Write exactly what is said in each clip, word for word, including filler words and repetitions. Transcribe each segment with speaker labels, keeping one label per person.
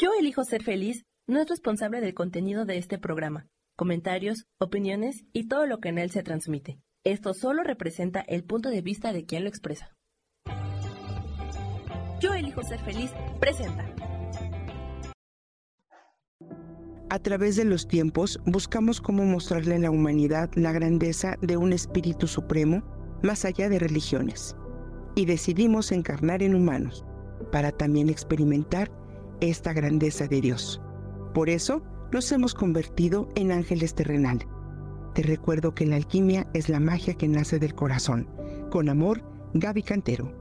Speaker 1: Yo elijo ser feliz no es responsable del contenido de este programa, comentarios, opiniones y todo lo que en él se transmite. Esto solo representa el punto de vista de quien lo expresa. Yo elijo ser feliz presenta.
Speaker 2: A través de los tiempos, buscamos cómo mostrarle a la humanidad la grandeza de un espíritu supremo más allá de religiones. Y decidimos encarnar en humanos, para también experimentar esta grandeza de Dios. Por eso, nos hemos convertido en ángeles terrenales. Te recuerdo que la alquimia es la magia que nace del corazón. Con amor, Gaby Cantero.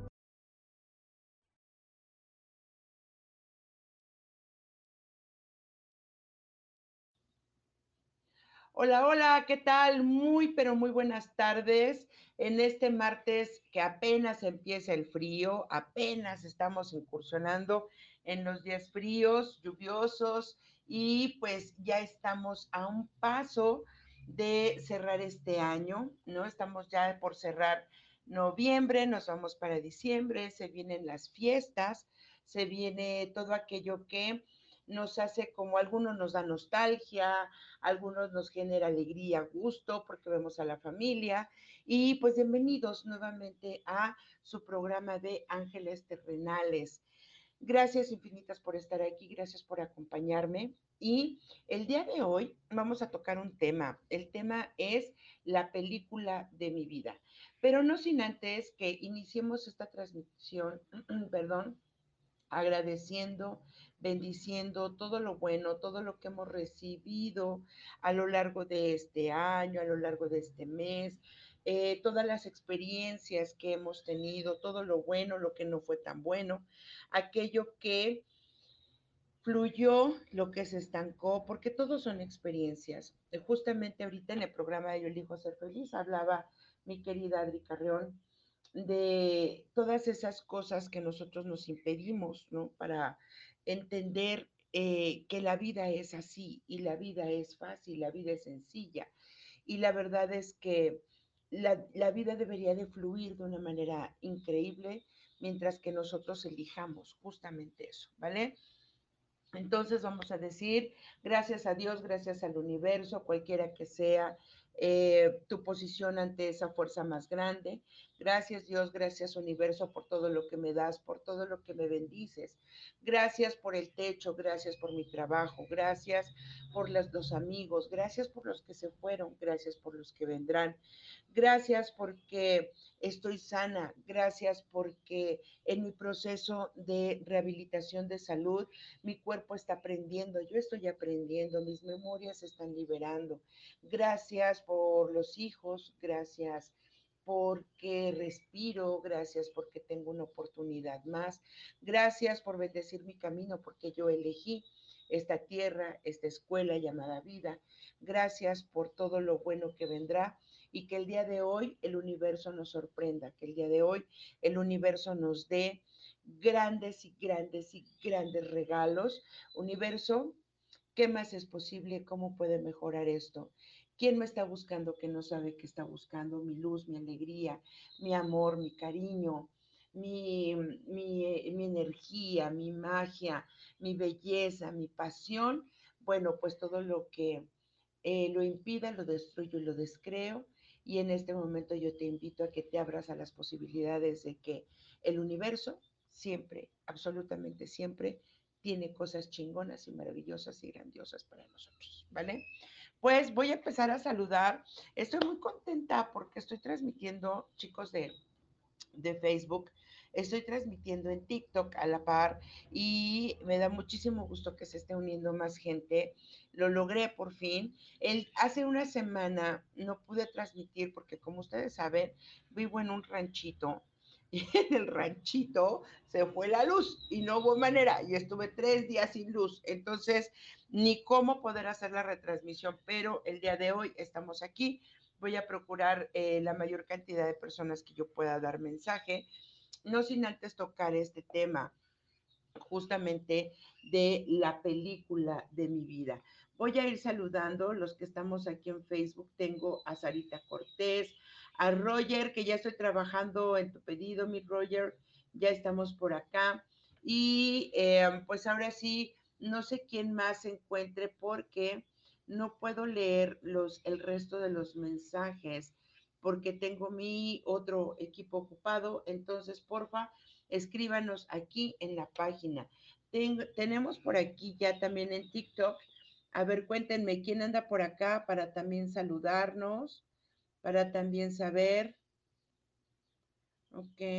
Speaker 3: Hola, hola, ¿qué tal? Muy, pero muy buenas tardes. En este martes que apenas empieza el frío, apenas estamos incursionando en los días fríos, lluviosos, y pues ya estamos a un paso de cerrar este año, ¿no? Estamos ya por cerrar noviembre, nos vamos para diciembre, se vienen las fiestas, se viene todo aquello que nos hace, como algunos nos da nostalgia, algunos nos genera alegría, gusto, porque vemos a la familia. Y pues bienvenidos nuevamente a su programa de Ángeles Terrenales. Gracias infinitas por estar aquí, gracias por acompañarme. Y el día de hoy vamos a tocar un tema. El tema es la película de mi vida. Pero no sin antes que iniciemos esta transmisión, perdón, agradeciendo, bendiciendo todo lo bueno, todo lo que hemos recibido a lo largo de este año, a lo largo de este mes, eh, todas las experiencias que hemos tenido, todo lo bueno, lo que no fue tan bueno, aquello que fluyó, lo que se estancó, porque todos son experiencias. Eh, Justamente ahorita en el programa de Yo elijo ser feliz hablaba mi querida Adri Carrión de todas esas cosas que nosotros nos impedimos, ¿no? Para entender eh, que la vida es así y la vida es fácil, la vida es sencilla. Y la verdad es que la, la vida debería de fluir de una manera increíble mientras que nosotros elijamos justamente eso, ¿vale? Entonces vamos a decir, gracias a Dios, gracias al universo, cualquiera que sea eh, tu posición ante esa fuerza más grande. Gracias Dios, gracias universo por todo lo que me das, por todo lo que me bendices. Gracias por el techo, gracias por mi trabajo, gracias por los, los amigos, gracias por los que se fueron, gracias por los que vendrán. Gracias porque estoy sana, gracias porque en mi proceso de rehabilitación de salud, mi cuerpo está aprendiendo, yo estoy aprendiendo, mis memorias se están liberando. Gracias por los hijos, gracias porque respiro, gracias porque tengo una oportunidad más, gracias por bendecir mi camino porque yo elegí esta tierra, esta escuela llamada vida. Gracias por todo lo bueno que vendrá y que el día de hoy el universo nos sorprenda, que el día de hoy el universo nos dé grandes y grandes y grandes regalos. Universo, ¿qué más es posible? ¿Cómo puede mejorar esto? ¿Quién me está buscando que no sabe qué está buscando? Mi luz, mi alegría, mi amor, mi cariño, mi, mi, mi energía, mi magia, mi belleza, mi pasión. Bueno, pues todo lo que eh, lo impida, lo destruyo y lo descreo. Y en este momento yo te invito a que te abras a las posibilidades de que el universo siempre, absolutamente siempre, tiene cosas chingonas y maravillosas y grandiosas para nosotros, ¿vale? Pues voy a empezar a saludar. Estoy muy contenta porque estoy transmitiendo, chicos de, de Facebook, estoy transmitiendo en TikTok a la par y me da muchísimo gusto que se esté uniendo más gente. Lo logré por fin. El, hace una semana no pude transmitir porque, como ustedes saben, vivo en un ranchito y en el ranchito se fue la luz y no hubo manera y estuve tres días sin luz. Entonces, ni cómo poder hacer la retransmisión, pero el día de hoy estamos aquí. Voy a procurar eh, la mayor cantidad de personas que yo pueda dar mensaje, no sin antes tocar este tema justamente de la película de mi vida. Voy a ir saludando los que estamos aquí en Facebook. Tengo a Sarita Cortés, a Roger, que ya estoy trabajando en tu pedido, mi Roger, ya estamos por acá. Y eh, pues ahora sí, no sé quién más se encuentre porque no puedo leer los, el resto de los mensajes porque tengo mi otro equipo ocupado. Entonces, porfa, escríbanos aquí en la página. Ten, tenemos por aquí ya también en TikTok. A ver, cuéntenme quién anda por acá para también saludarnos, para también saber. Ok.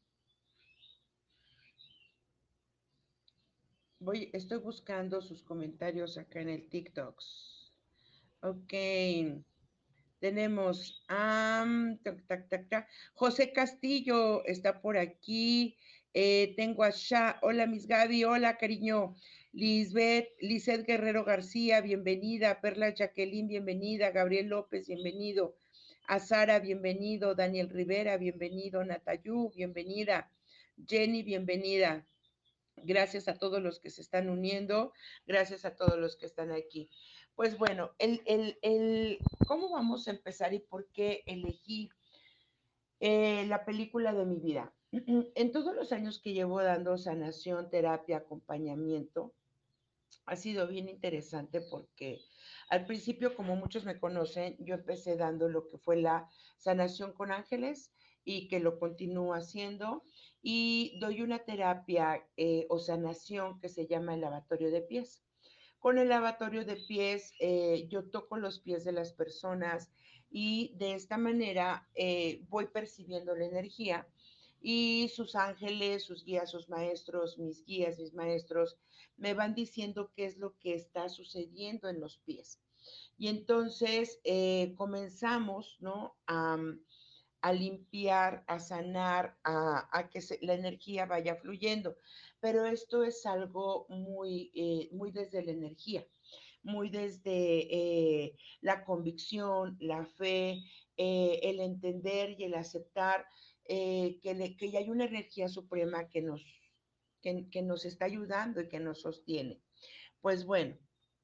Speaker 3: Voy, estoy buscando sus comentarios acá en el TikTok. Ok. Tenemos a um, tac, tac, tac, tac. José Castillo está por aquí. Eh, tengo a Sha. Hola, Miss Gaby. Hola, cariño. Lisbeth, Lizeth Guerrero García, bienvenida. Perla Jacqueline, bienvenida. Gabriel López, bienvenido. A Sara, bienvenido. Daniel Rivera, bienvenido. Natayú, bienvenida. Jenny, bienvenida. Gracias a todos los que se están uniendo, gracias a todos los que están aquí. Pues bueno, el, el, el, ¿cómo vamos a empezar y por qué elegí eh, la película de mi vida? En todos los años que llevo dando sanación, terapia, acompañamiento, ha sido bien interesante porque al principio, como muchos me conocen, yo empecé dando lo que fue la sanación con ángeles y que lo continúo haciendo y doy una terapia eh, o sanación que se llama el lavatorio de pies. Con el lavatorio de pies eh, yo toco los pies de las personas y de esta manera eh, voy percibiendo la energía y sus ángeles, sus guías, sus maestros, mis guías, mis maestros, me van diciendo qué es lo que está sucediendo en los pies. Y entonces eh, comenzamos, ¿no? A, a limpiar, a sanar, a, a que se, la energía vaya fluyendo. Pero esto es algo muy, eh, muy desde la energía, muy desde eh, la convicción, la fe, eh, el entender y el aceptar eh, que, le, que ya hay una energía suprema que nos, que, que nos está ayudando y que nos sostiene. Pues bueno,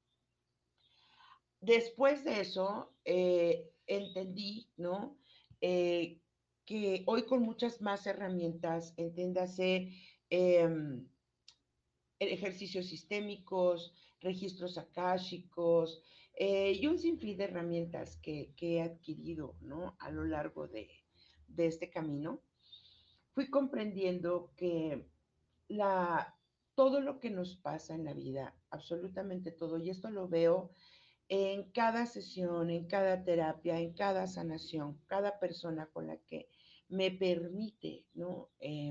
Speaker 3: después de eso eh, entendí, ¿no? Eh, que hoy con muchas más herramientas, entiéndase, eh, ejercicios sistémicos, registros akáshicos eh, y un sinfín de herramientas que, que he adquirido, ¿no? A lo largo de, de este camino, fui comprendiendo que la, todo lo que nos pasa en la vida, absolutamente todo, y esto lo veo en cada sesión, en cada terapia, en cada sanación, cada persona con la que me permite, ¿no? Eh,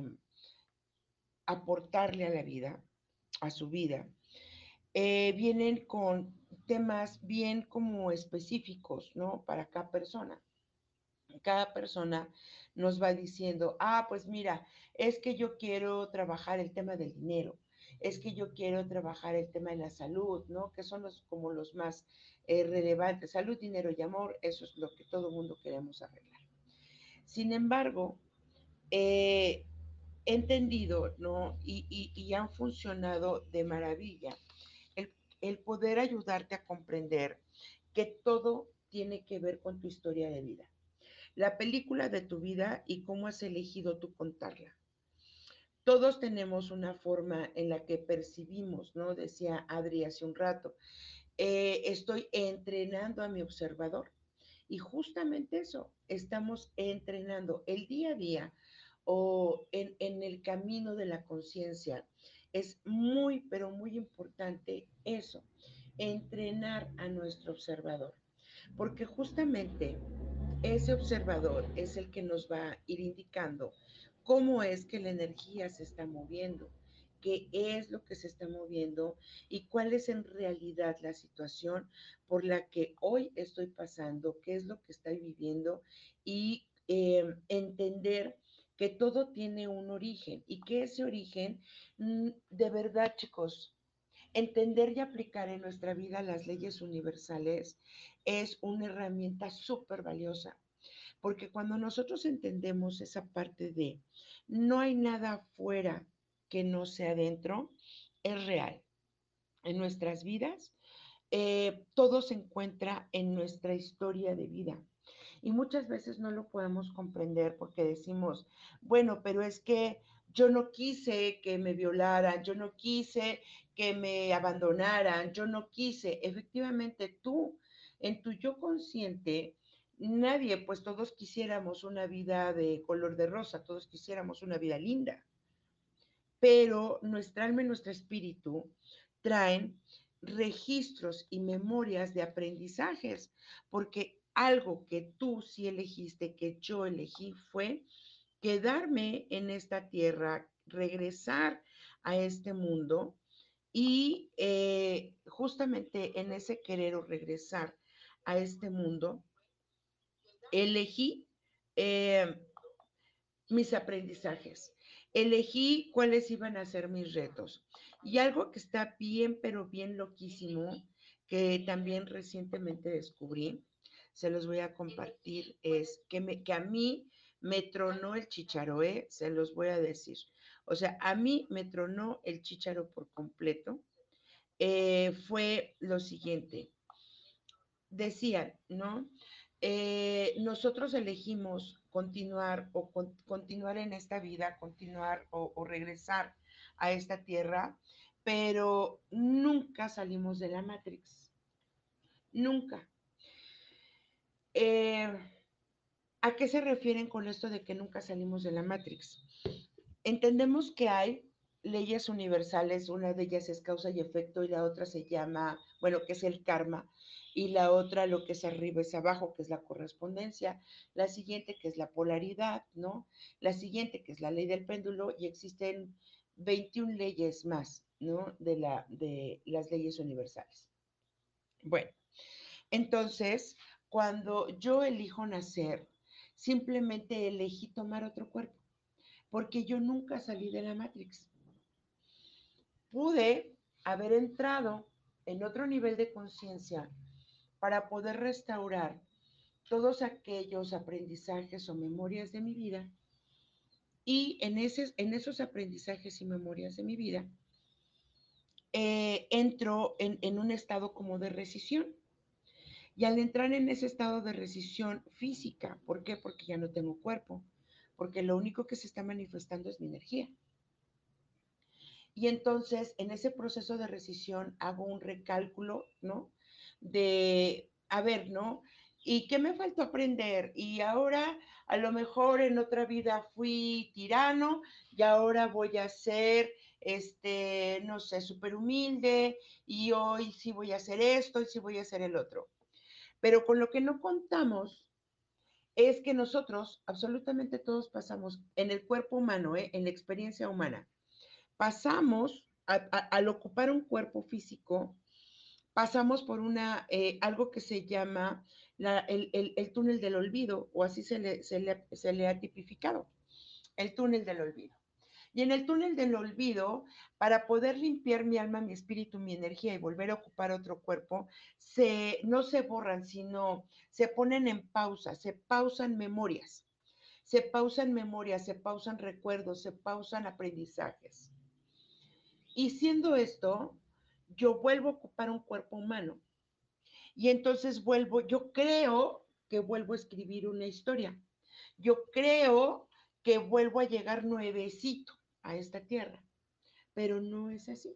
Speaker 3: aportarle a la vida, a su vida, eh, vienen con temas bien como específicos, ¿no? Para cada persona. Cada persona nos va diciendo, ah, pues mira, es que yo quiero trabajar el tema del dinero, es que yo quiero trabajar el tema de la salud, ¿no? Que son los, como los más eh, relevantes. Salud, dinero y amor, eso es lo que todo mundo queremos arreglar. Sin embargo, eh, he entendido, ¿no? Y, y, y han funcionado de maravilla el, el poder ayudarte a comprender que todo tiene que ver con tu historia de vida, la película de tu vida y cómo has elegido tú contarla. Todos tenemos una forma en la que percibimos, ¿no? Decía Adri hace un rato, eh, estoy entrenando a mi observador. Y justamente eso, estamos entrenando el día a día o en, en el camino de la conciencia. Es muy, pero muy importante eso, entrenar a nuestro observador, porque justamente ese observador es el que nos va a ir indicando cómo es que la energía se está moviendo, qué es lo que se está moviendo y cuál es en realidad la situación por la que hoy estoy pasando, qué es lo que estoy viviendo y eh, entender que todo tiene un origen y que ese origen, mm, de verdad, chicos, entender y aplicar en nuestra vida las leyes universales es una herramienta súper valiosa, porque cuando nosotros entendemos esa parte de no hay nada afuera que no sea dentro, es real. En nuestras vidas, eh, todo se encuentra en nuestra historia de vida. Y muchas veces no lo podemos comprender porque decimos, bueno, pero es que yo no quise que me violaran, yo no quise que me abandonaran, yo no quise. Efectivamente, tú, en tu yo consciente, nadie, pues todos quisiéramos una vida de color de rosa, todos quisiéramos una vida linda, pero nuestra alma y nuestro espíritu traen registros y memorias de aprendizajes, porque algo que tú sí elegiste, que yo elegí, fue quedarme en esta tierra, regresar a este mundo y eh, justamente en ese querer o regresar a este mundo, elegí eh, mis aprendizajes, elegí cuáles iban a ser mis retos. Y algo que está bien, pero bien loquísimo, que también recientemente descubrí, se los voy a compartir, es que, me, que a mí me tronó el chícharo, ¿eh? Se los voy a decir. O sea, a mí me tronó el chícharo por completo. Eh, fue lo siguiente, decían, ¿no? Eh, nosotros elegimos continuar o con, continuar en esta vida, continuar o, o regresar a esta tierra, pero nunca salimos de la Matrix, nunca. Eh, ¿A qué se refieren con esto de que nunca salimos de la Matrix? Entendemos que hay leyes universales, una de ellas es causa y efecto y la otra se llama, bueno, que es el karma, y la otra lo que es arriba es abajo, que es la correspondencia, la siguiente que es la polaridad, ¿no? La siguiente que es la ley del péndulo y existen veintiuna leyes más, ¿no? De, la, de las leyes universales. Bueno, entonces, cuando yo elijo nacer, simplemente elegí tomar otro cuerpo porque yo nunca salí de la Matrix. Pude haber entrado en otro nivel de conciencia para poder restaurar todos aquellos aprendizajes o memorias de mi vida y en, ese, en esos aprendizajes y memorias de mi vida eh, entro en, en un estado como de rescisión. Y al entrar en ese estado de rescisión física, ¿por qué? Porque ya no tengo cuerpo, porque lo único que se está manifestando es mi energía. Y entonces, en ese proceso de rescisión, hago un recálculo, ¿no? De, a ver, ¿no? ¿Y qué me faltó aprender? Y ahora, a lo mejor en otra vida fui tirano y ahora voy a ser, este, no sé, súper humilde y hoy sí voy a hacer esto y sí voy a hacer el otro. Pero con lo que no contamos es que nosotros, absolutamente todos pasamos en el cuerpo humano, ¿eh? En la experiencia humana pasamos, a, a, al ocupar un cuerpo físico, pasamos por una, eh, algo que se llama la, el, el, el, túnel del olvido, o así se le, se, le, se le ha tipificado, el túnel del olvido. Y en el túnel del olvido, para poder limpiar mi alma, mi espíritu, mi energía y volver a ocupar otro cuerpo, se, no se borran, sino se ponen en pausa, se pausan memorias, se pausan memorias, se pausan recuerdos, se pausan aprendizajes. Y siendo esto, yo vuelvo a ocupar un cuerpo humano. Y entonces vuelvo, yo creo que vuelvo a escribir una historia. Yo creo que vuelvo a llegar nuevecito a esta tierra. Pero no es así.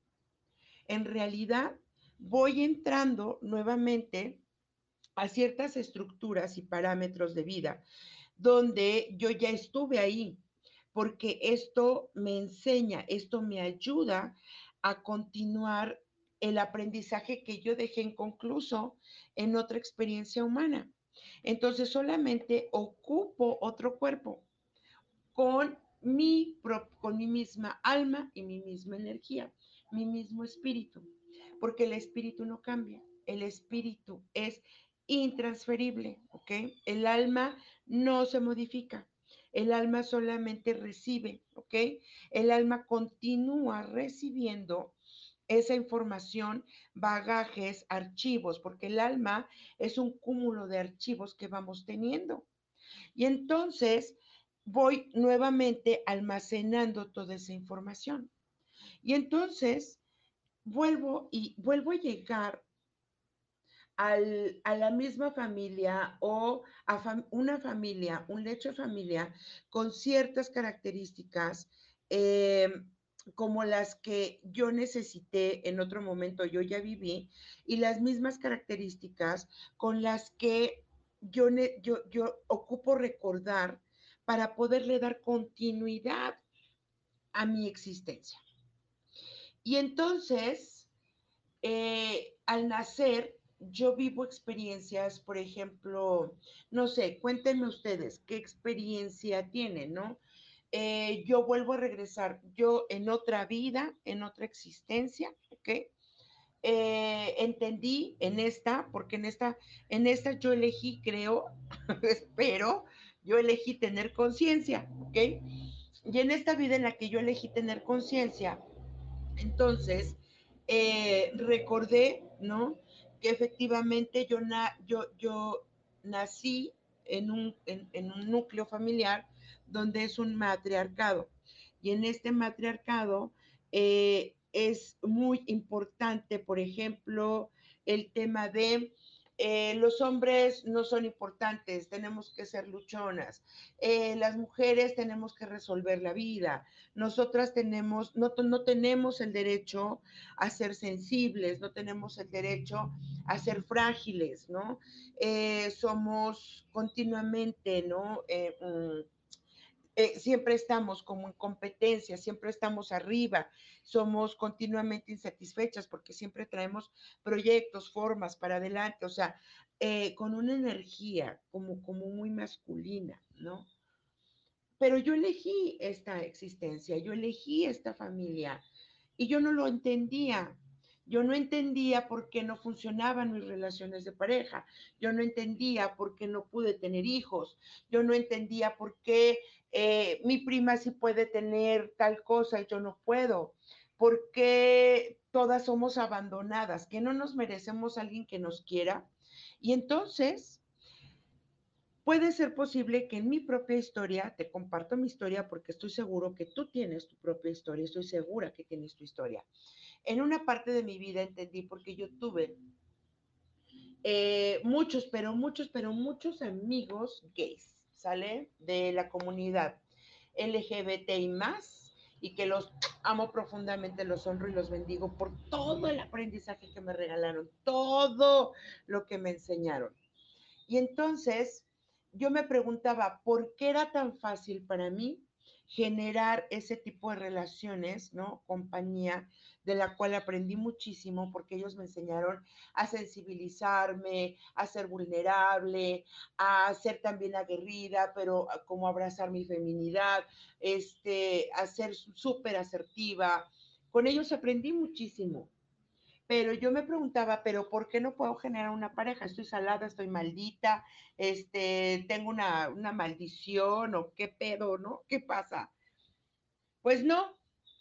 Speaker 3: En realidad, voy entrando nuevamente a ciertas estructuras y parámetros de vida donde yo ya estuve ahí, porque esto me enseña, esto me ayuda a continuar el aprendizaje que yo dejé inconcluso en otra experiencia humana. Entonces solamente ocupo otro cuerpo con mi, con mi misma alma y mi misma energía, mi mismo espíritu, porque el espíritu no cambia, el espíritu es intransferible, ¿ok? El alma no se modifica, el alma solamente recibe, ¿ok? El alma continúa recibiendo esa información, bagajes, archivos, porque el alma es un cúmulo de archivos que vamos teniendo. Y entonces voy nuevamente almacenando toda esa información. Y entonces vuelvo y vuelvo a llegar al, a la misma familia o a fam una familia, un lecho de familia con ciertas características eh, como las que yo necesité en otro momento, yo ya viví, y las mismas características con las que yo, ne- yo, yo ocupo recordar para poderle dar continuidad a mi existencia. Y entonces, eh, al nacer, yo vivo experiencias, por ejemplo, no sé, cuéntenme ustedes qué experiencia tienen, ¿no? Eh, yo vuelvo a regresar, yo en otra vida, en otra existencia, ¿ok? Eh, entendí en esta, porque en esta, en esta yo elegí, creo, espero, yo elegí tener conciencia, ¿ok? Y en esta vida en la que yo elegí tener conciencia, entonces, eh, recordé, ¿no? Que efectivamente yo, na yo, yo nací en un, en, en un núcleo familiar donde es un matriarcado. Y en este matriarcado eh, es muy importante, por ejemplo, el tema de eh, los hombres no son importantes, tenemos que ser luchonas. Eh, las mujeres tenemos que resolver la vida. Nosotras tenemos, no, no tenemos el derecho a ser sensibles, no tenemos el derecho a ser frágiles, ¿no? Eh, somos continuamente, ¿no? Eh, mm, eh, siempre estamos como en competencia, siempre estamos arriba, somos continuamente insatisfechas porque siempre traemos proyectos, formas para adelante, o sea, eh, con una energía como, como muy masculina, ¿no? Pero yo elegí esta existencia, yo elegí esta familia y yo no lo entendía. Yo no entendía por qué no funcionaban mis relaciones de pareja. Yo no entendía por qué no pude tener hijos. Yo no entendía por qué eh, mi prima sí puede tener tal cosa y yo no puedo. ¿Por qué todas somos abandonadas? ¿Que no nos merecemos a alguien que nos quiera? Y entonces puede ser posible que en mi propia historia, te comparto mi historia porque estoy seguro que tú tienes tu propia historia, estoy segura que tienes tu historia. En una parte de mi vida entendí porque yo tuve eh, muchos, pero muchos, pero muchos amigos gays, ¿sale? De la comunidad L G B T I más, y que los amo profundamente, los honro y los bendigo por todo el aprendizaje que me regalaron, todo lo que me enseñaron. Y entonces yo me preguntaba, ¿por qué era tan fácil para mí generar ese tipo de relaciones, ¿no? Compañía, de la cual aprendí muchísimo porque ellos me enseñaron a sensibilizarme, a ser vulnerable, a ser también aguerrida, pero como abrazar mi feminidad, este, a ser súper asertiva. Con ellos aprendí muchísimo. Pero yo me preguntaba, pero ¿por qué no puedo generar una pareja? Estoy salada, estoy maldita, este, tengo una, una maldición o qué pedo, ¿no? ¿Qué pasa? Pues no,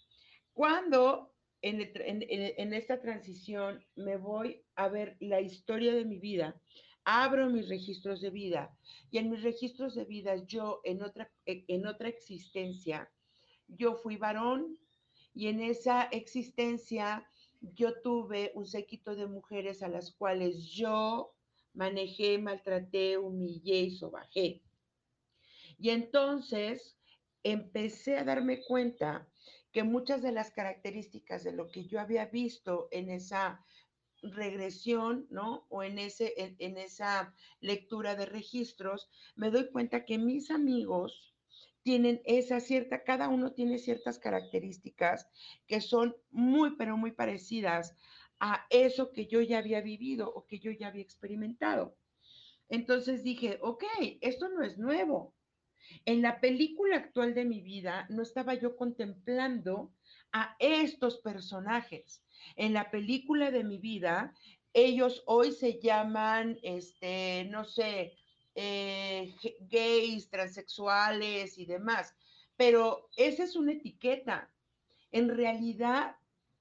Speaker 3: cuando en, en, en esta transición me voy a ver la historia de mi vida, abro mis registros de vida y en mis registros de vida yo en otra, en otra existencia, yo fui varón y en esa existencia yo tuve un séquito de mujeres a las cuales yo manejé, maltraté, humillé y sobajé. Y entonces empecé a darme cuenta que muchas de las características de lo que yo había visto en esa regresión, ¿no? O en, ese, en, en esa lectura de registros, me doy cuenta que mis amigos tienen esa cierta, cada uno tiene ciertas características que son muy, pero muy parecidas a eso que yo ya había vivido o que yo ya había experimentado. Entonces dije, ok, esto no es nuevo. En la película actual de mi vida no estaba yo contemplando a estos personajes. En la película de mi vida, ellos hoy se llaman, este, no sé, eh, gays, transexuales y demás. Pero esa es una etiqueta. En realidad,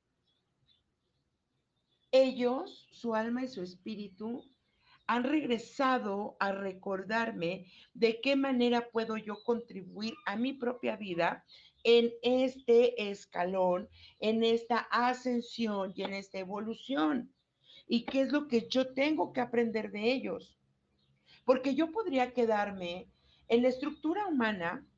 Speaker 3: ellos, su alma y su espíritu, han regresado a recordarme de qué manera puedo yo contribuir a mi propia vida en este escalón, en esta ascensión y en esta evolución. ¿Y qué es lo que yo tengo que aprender de ellos? Porque yo podría quedarme en la estructura humana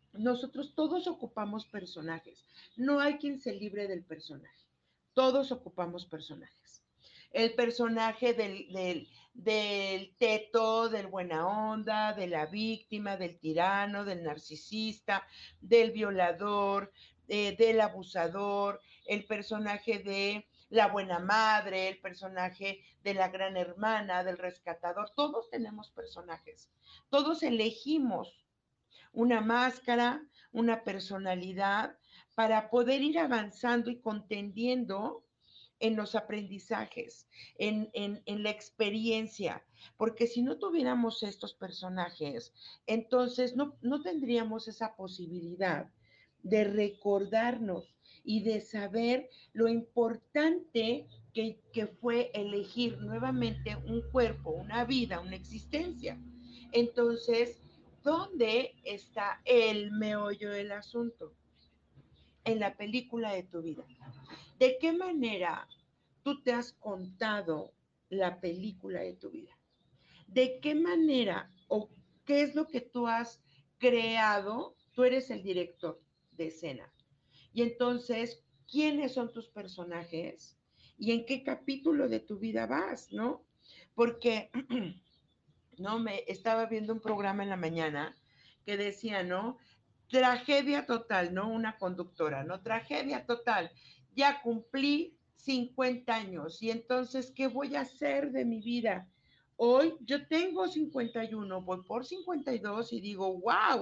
Speaker 3: nosotros todos ocupamos personajes. No hay quien se libre del personaje. Todos ocupamos personajes. El personaje del, del, del teto, del buena onda, de la víctima, del tirano, del narcisista, del violador, eh, del abusador, el personaje de la buena madre, el personaje de la gran hermana, del rescatador. Todos tenemos personajes. Todos elegimos una máscara, una personalidad, para poder ir avanzando y contendiendo en los aprendizajes, en, en, en, la experiencia, porque si no tuviéramos estos personajes, entonces no, no tendríamos esa posibilidad de recordarnos y de saber lo importante que, que fue elegir nuevamente un cuerpo, una vida, una existencia. Entonces, ¿dónde está el meollo del asunto? En la película de tu vida. ¿De qué manera tú te has contado la película de tu vida? ¿De qué manera o qué es lo que tú has creado? Tú eres el director de escena. Y entonces, ¿quiénes son tus personajes? ¿Y en qué capítulo de tu vida vas, no? Porque no, me estaba viendo un programa en la mañana que decía, ¿no? Tragedia total, ¿no? Una conductora, ¿no? Tragedia total. Ya cumplí cincuenta años y entonces, ¿qué voy a hacer de mi vida? Hoy yo tengo cincuenta y uno, voy por cincuenta y dos y digo, wow,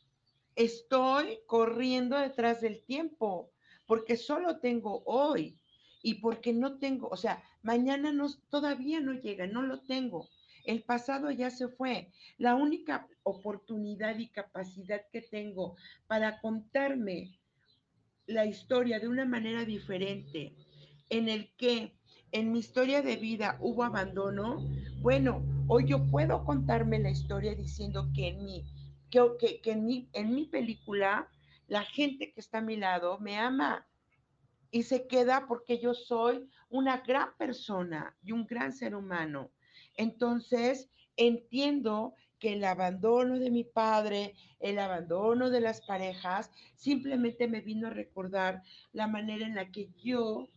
Speaker 3: estoy corriendo detrás del tiempo porque solo tengo hoy y porque no tengo, o sea, mañana no, todavía no llega, no lo tengo. El pasado ya se fue. La única oportunidad y capacidad que tengo para contarme la historia de una manera diferente, en el que en mi historia de vida hubo abandono, bueno, hoy yo puedo contarme la historia diciendo que en mi, que, que, que en mi, en mi película, la gente que está a mi lado me ama y se queda porque yo soy una gran persona y un gran ser humano. Entonces, entiendo que el abandono de mi padre, el abandono de las parejas, simplemente me vino a recordar la manera en la que yo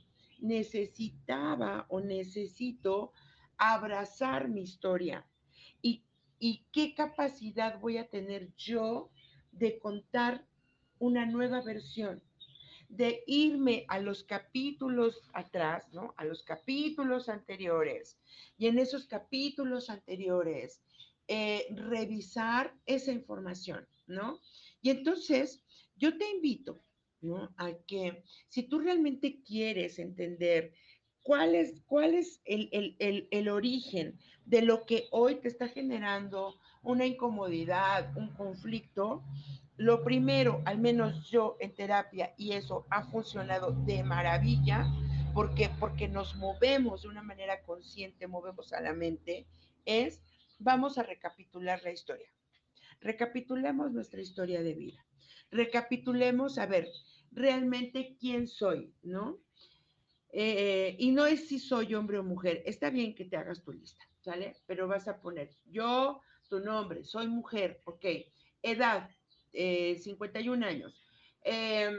Speaker 3: necesitaba o necesito abrazar mi historia y, y qué capacidad voy a tener yo de contar una nueva versión, de irme a los capítulos atrás, ¿no? A los capítulos anteriores. Y en esos capítulos anteriores, eh, revisar esa información, ¿no? Y entonces, yo te invito, ¿no? A que si tú realmente quieres entender cuál es, cuál es el, el, el, el origen de lo que hoy te está generando una incomodidad, un conflicto, lo primero, al menos yo en terapia, y eso ha funcionado de maravilla, porque, porque nos movemos de una manera consciente, movemos a la mente, es vamos a recapitular la historia. Recapitulemos nuestra historia de vida. Recapitulemos, a ver, realmente quién soy, ¿no? Eh, y no es si soy hombre o mujer. Está bien que te hagas tu lista, ¿sale? Pero vas a poner yo, tu nombre, soy mujer, ok. Edad, eh, cincuenta y un años. Eh,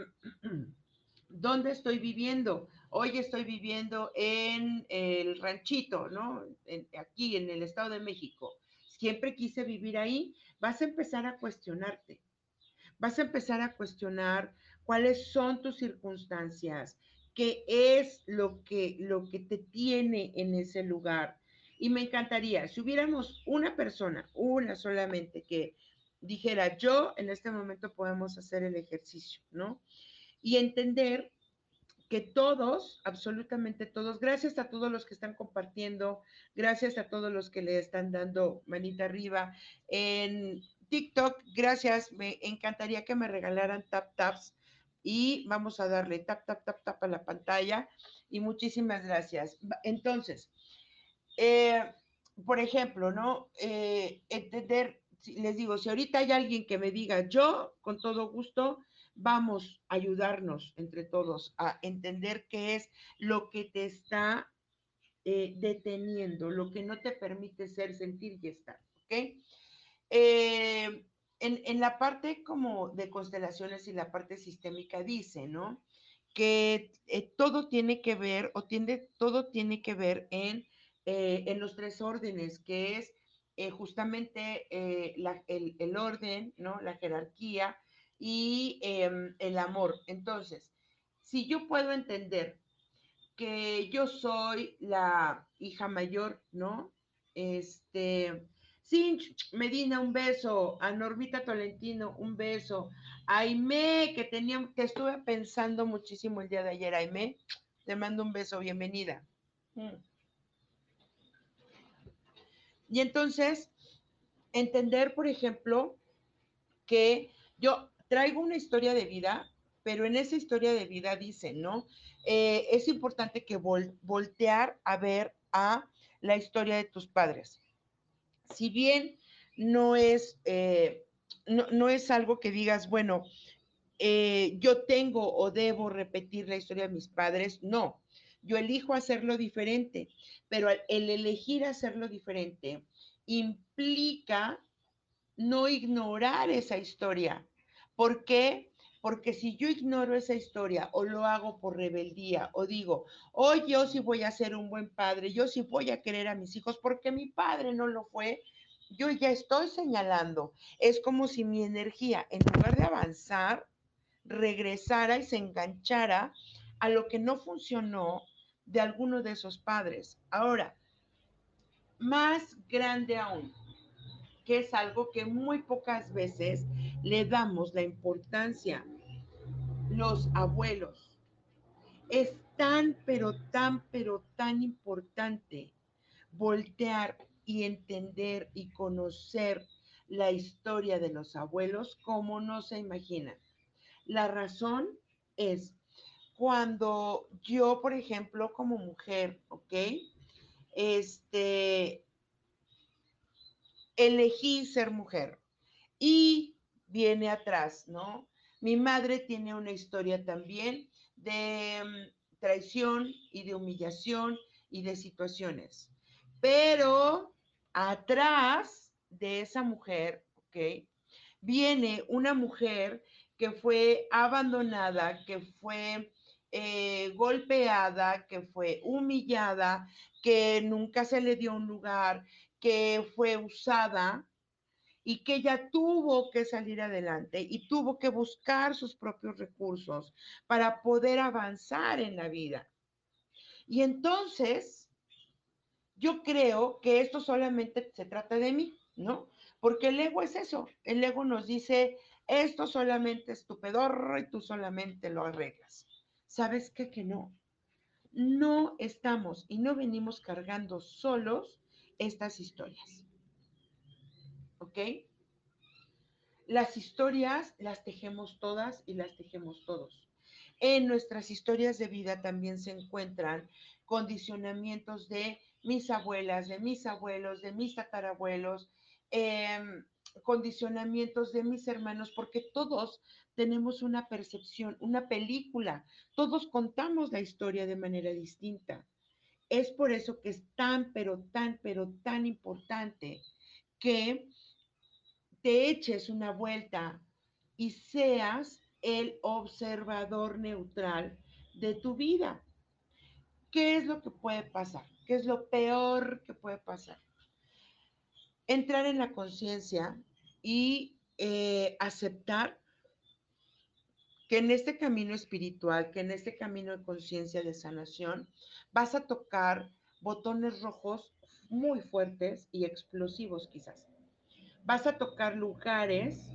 Speaker 3: ¿Dónde estoy viviendo? Hoy estoy viviendo en el ranchito, ¿no? En, aquí en el Estado de México. Siempre quise vivir ahí. Vas a empezar a cuestionarte. Vas a empezar a cuestionar cuáles son tus circunstancias, qué es lo que, lo que te tiene en ese lugar. Y me encantaría, si hubiéramos una persona, una solamente, que dijera, yo en este momento podemos hacer el ejercicio, ¿no? Y entender que todos, absolutamente todos, gracias a todos los que están compartiendo, gracias a todos los que le están dando manita arriba en TikTok, gracias, me encantaría que me regalaran tap taps y vamos a darle tap, tap, tap, tap a la pantalla y muchísimas gracias. Entonces, eh, por ejemplo, ¿no? Eh, entender, les digo, si ahorita hay alguien que me diga, yo, con todo gusto, vamos a ayudarnos entre todos a entender qué es lo que te está eh, deteniendo, lo que no te permite ser, sentir y estar, ¿ok? Eh, en, en la parte como de constelaciones y la parte sistémica dice, ¿no? Que eh, todo tiene que ver, o tiende, todo tiene que ver en, eh, en los tres órdenes, que es eh, justamente eh, la, el, el, orden, ¿no? La jerarquía y eh, el amor. Entonces, si yo puedo entender que yo soy la hija mayor, ¿no? Este, Cinch Medina, un beso, a Normita Tolentino, un beso, a Aimé, que tenía, que estuve pensando muchísimo el día de ayer, Aimé, te mando un beso, bienvenida. Mm. Y entonces, entender, por ejemplo, que yo traigo una historia de vida, pero en esa historia de vida dice, ¿no? Eh, es importante que vol voltear a ver a la historia de tus padres. Si bien no es, eh, no, no es algo que digas, bueno, eh, yo tengo o debo repetir la historia de mis padres, no. Yo elijo hacerlo diferente, pero el elegir hacerlo diferente implica no ignorar esa historia. ¿Por qué? Porque si yo ignoro esa historia o lo hago por rebeldía o digo, hoy oh, yo sí voy a ser un buen padre, yo sí voy a querer a mis hijos porque mi padre no lo fue, yo ya estoy señalando. Es como si mi energía, en lugar de avanzar, regresara y se enganchara a lo que no funcionó de alguno de esos padres. Ahora, más grande aún, que es algo que muy pocas veces le damos la importancia. Los abuelos. Es tan, pero tan, pero tan importante voltear y entender y conocer la historia de los abuelos como no se imagina. La razón es cuando yo, por ejemplo, como mujer, ¿ok? Este, elegí ser mujer. Y viene atrás, ¿no? Mi madre tiene una historia también de um, traición y de humillación y de situaciones. Pero atrás de esa mujer, ¿ok? Viene una mujer que fue abandonada, que fue eh, golpeada, que fue humillada, que nunca se le dio un lugar, que fue usada, y que ella tuvo que salir adelante y tuvo que buscar sus propios recursos para poder avanzar en la vida. Y entonces, yo creo que esto solamente se trata de mí, ¿no? Porque el ego es eso, el ego nos dice, esto solamente es tu pedorro y tú solamente lo arreglas. ¿Sabes qué? Que no. No estamos y no venimos cargando solos estas historias. ¿Ok? Las historias las tejemos todas y las tejemos todos. En nuestras historias de vida también se encuentran condicionamientos de mis abuelas, de mis abuelos, de mis tatarabuelos, eh, condicionamientos de mis hermanos, porque todos tenemos una percepción, una película, todos contamos la historia de manera distinta. Es por eso que es tan, pero tan, pero tan importante que te eches una vuelta y seas el observador neutral de tu vida. ¿Qué es lo que puede pasar? ¿Qué es lo peor que puede pasar? Entrar en la conciencia y eh, aceptar que en este camino espiritual, que en este camino de conciencia de sanación, vas a tocar botones rojos muy fuertes y explosivos quizás. Vas a tocar lugares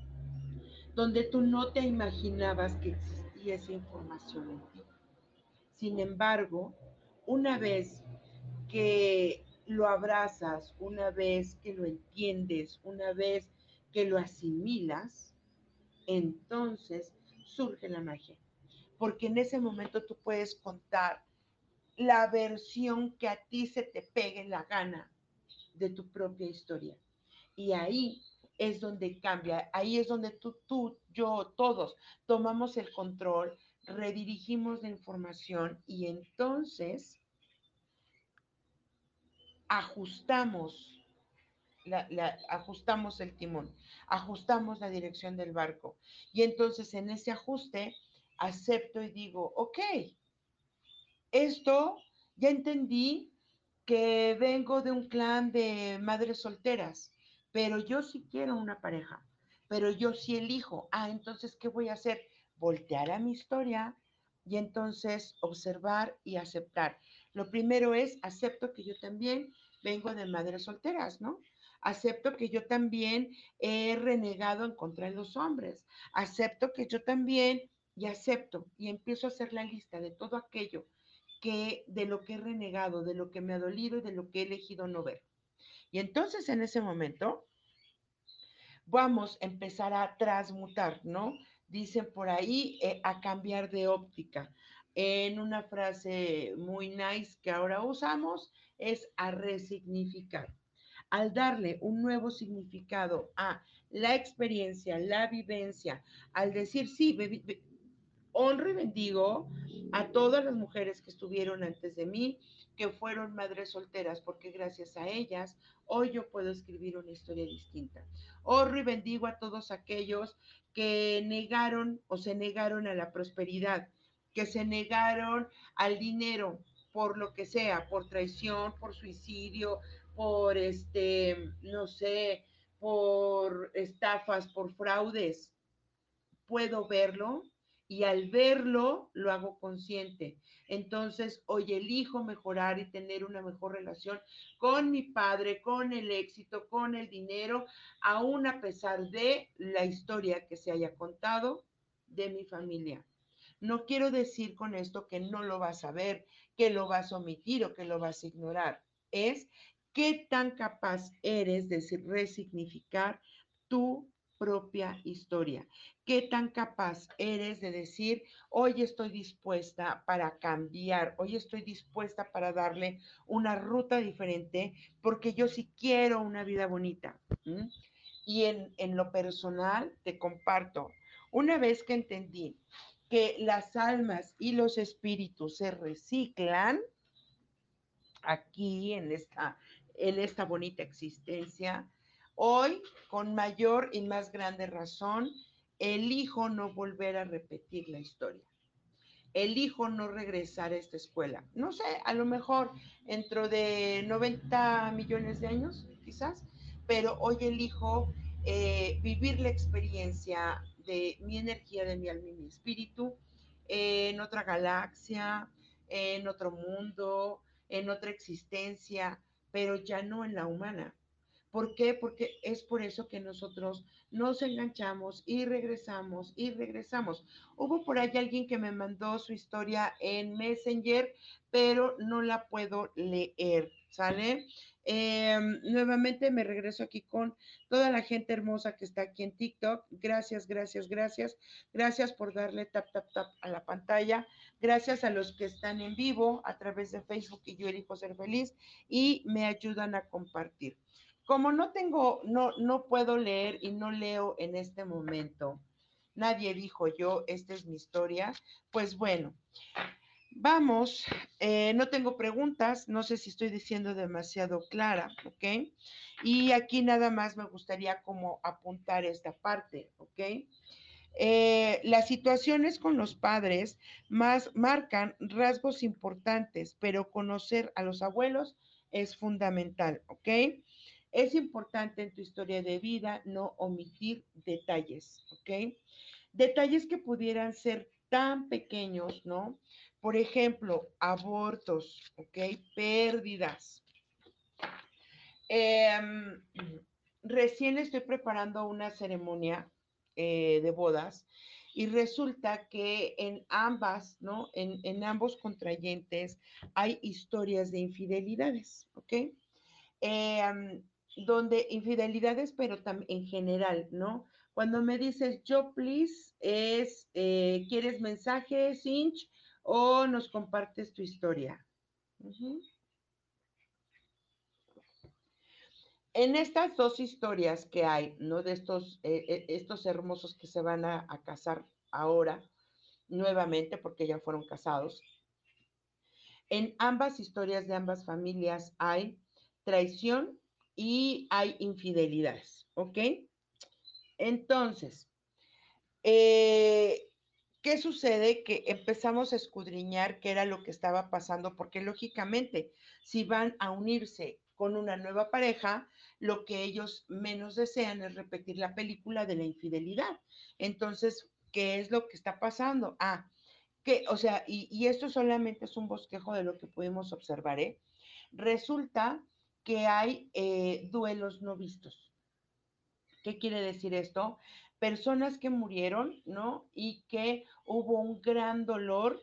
Speaker 3: donde tú no te imaginabas que existía esa información en ti. Sin embargo, una vez que lo abrazas, una vez que lo entiendes, una vez que lo asimilas, entonces surge la magia. Porque en ese momento tú puedes contar la versión que a ti se te pegue la gana de tu propia historia. Y ahí es donde cambia, ahí es donde tú, tú, yo, todos tomamos el control, redirigimos la información y entonces ajustamos la, la, ajustamos el timón, ajustamos la dirección del barco. Y entonces en ese ajuste acepto y digo, ok, esto ya entendí que vengo de un clan de madres solteras, pero yo sí quiero una pareja, pero yo sí elijo. Ah, entonces, ¿qué voy a hacer? Voltear a mi historia y entonces observar y aceptar. Lo primero es, acepto que yo también vengo de madres solteras, ¿no? Acepto que yo también he renegado en contra de los hombres. Acepto que yo también, y acepto, y empiezo a hacer la lista de todo aquello que de lo que he renegado, de lo que me ha dolido y de lo que he elegido no ver. Y entonces en ese momento vamos a empezar a transmutar, ¿no? Dicen por ahí eh, a cambiar de óptica. En una frase muy nice que ahora usamos es a resignificar. Al darle un nuevo significado a la experiencia, la vivencia, al decir, sí, honro y bendigo a todas las mujeres que estuvieron antes de mí, que fueron madres solteras, porque gracias a ellas hoy yo puedo escribir una historia distinta. Honro y bendigo a todos aquellos que negaron o se negaron a la prosperidad, que se negaron al dinero, por lo que sea, por traición, por suicidio, por este, no sé, por estafas, por fraudes. Puedo verlo y al verlo lo hago consciente. Entonces, hoy elijo mejorar y tener una mejor relación con mi padre, con el éxito, con el dinero, aún a pesar de la historia que se haya contado de mi familia. No quiero decir con esto que no lo vas a ver, que lo vas a omitir o que lo vas a ignorar. Es qué tan capaz eres de resignificar tu propia historia. ¿Qué tan capaz eres de decir, hoy estoy dispuesta para cambiar, hoy estoy dispuesta para darle una ruta diferente, porque yo sí quiero una vida bonita? ¿Mm? Y en, en lo personal, te comparto, una vez que entendí que las almas y los espíritus se reciclan aquí en esta, en esta bonita existencia, hoy con mayor y más grande razón, elijo no volver a repetir la historia. Elijo no regresar a esta escuela. No sé, a lo mejor dentro de noventa millones de años, quizás, pero hoy elijo eh, vivir la experiencia de mi energía, de mi alma y mi espíritu eh, en otra galaxia, en otro mundo, en otra existencia, pero ya no en la humana. ¿Por qué? Porque es por eso que nosotros nos enganchamos y regresamos y regresamos. Hubo por ahí alguien que me mandó su historia en Messenger, pero no la puedo leer, ¿sale? Eh, nuevamente me regreso aquí con toda la gente hermosa que está aquí en TikTok. Gracias, gracias, gracias. Gracias por darle tap, tap, tap a la pantalla. Gracias a los que están en vivo a través de Facebook y Yo Elijo Ser Feliz y me ayudan a compartir. Como no tengo, no, no puedo leer y no leo en este momento, nadie dijo yo, esta es mi historia, pues bueno, vamos, eh, no tengo preguntas, no sé si estoy diciendo demasiado clara, ¿ok? Y aquí nada más me gustaría como apuntar esta parte, ¿ok? Eh, las situaciones con los padres más marcan rasgos importantes, pero conocer a los abuelos es fundamental, ¿ok? Es importante en tu historia de vida no omitir detalles, ¿ok? Detalles que pudieran ser tan pequeños, ¿no? Por ejemplo, abortos, ¿ok? Pérdidas. Eh, recién estoy preparando una ceremonia eh, de bodas y resulta que en ambas, ¿no? En, en ambos contrayentes hay historias de infidelidades, ¿ok? Eh, donde infidelidades, pero también en general, ¿no? Cuando me dices yo, please, es, eh, ¿quieres mensaje, Cinch? O nos compartes tu historia. Uh-huh. En estas dos historias que hay, ¿no? De estos, eh, estos hermosos que se van a, a casar ahora, nuevamente, porque ya fueron casados, en ambas historias de ambas familias hay traición y hay infidelidades, ¿ok? Entonces, eh, ¿qué sucede? Que empezamos a escudriñar qué era lo que estaba pasando, porque lógicamente, si van a unirse con una nueva pareja, lo que ellos menos desean es repetir la película de la infidelidad. Entonces, ¿qué es lo que está pasando? Ah, que, o sea, y, y esto solamente es un bosquejo de lo que pudimos observar, ¿eh? Resulta que hay eh, duelos no vistos. ¿Qué quiere decir esto? Personas que murieron, ¿no? Y que hubo un gran dolor,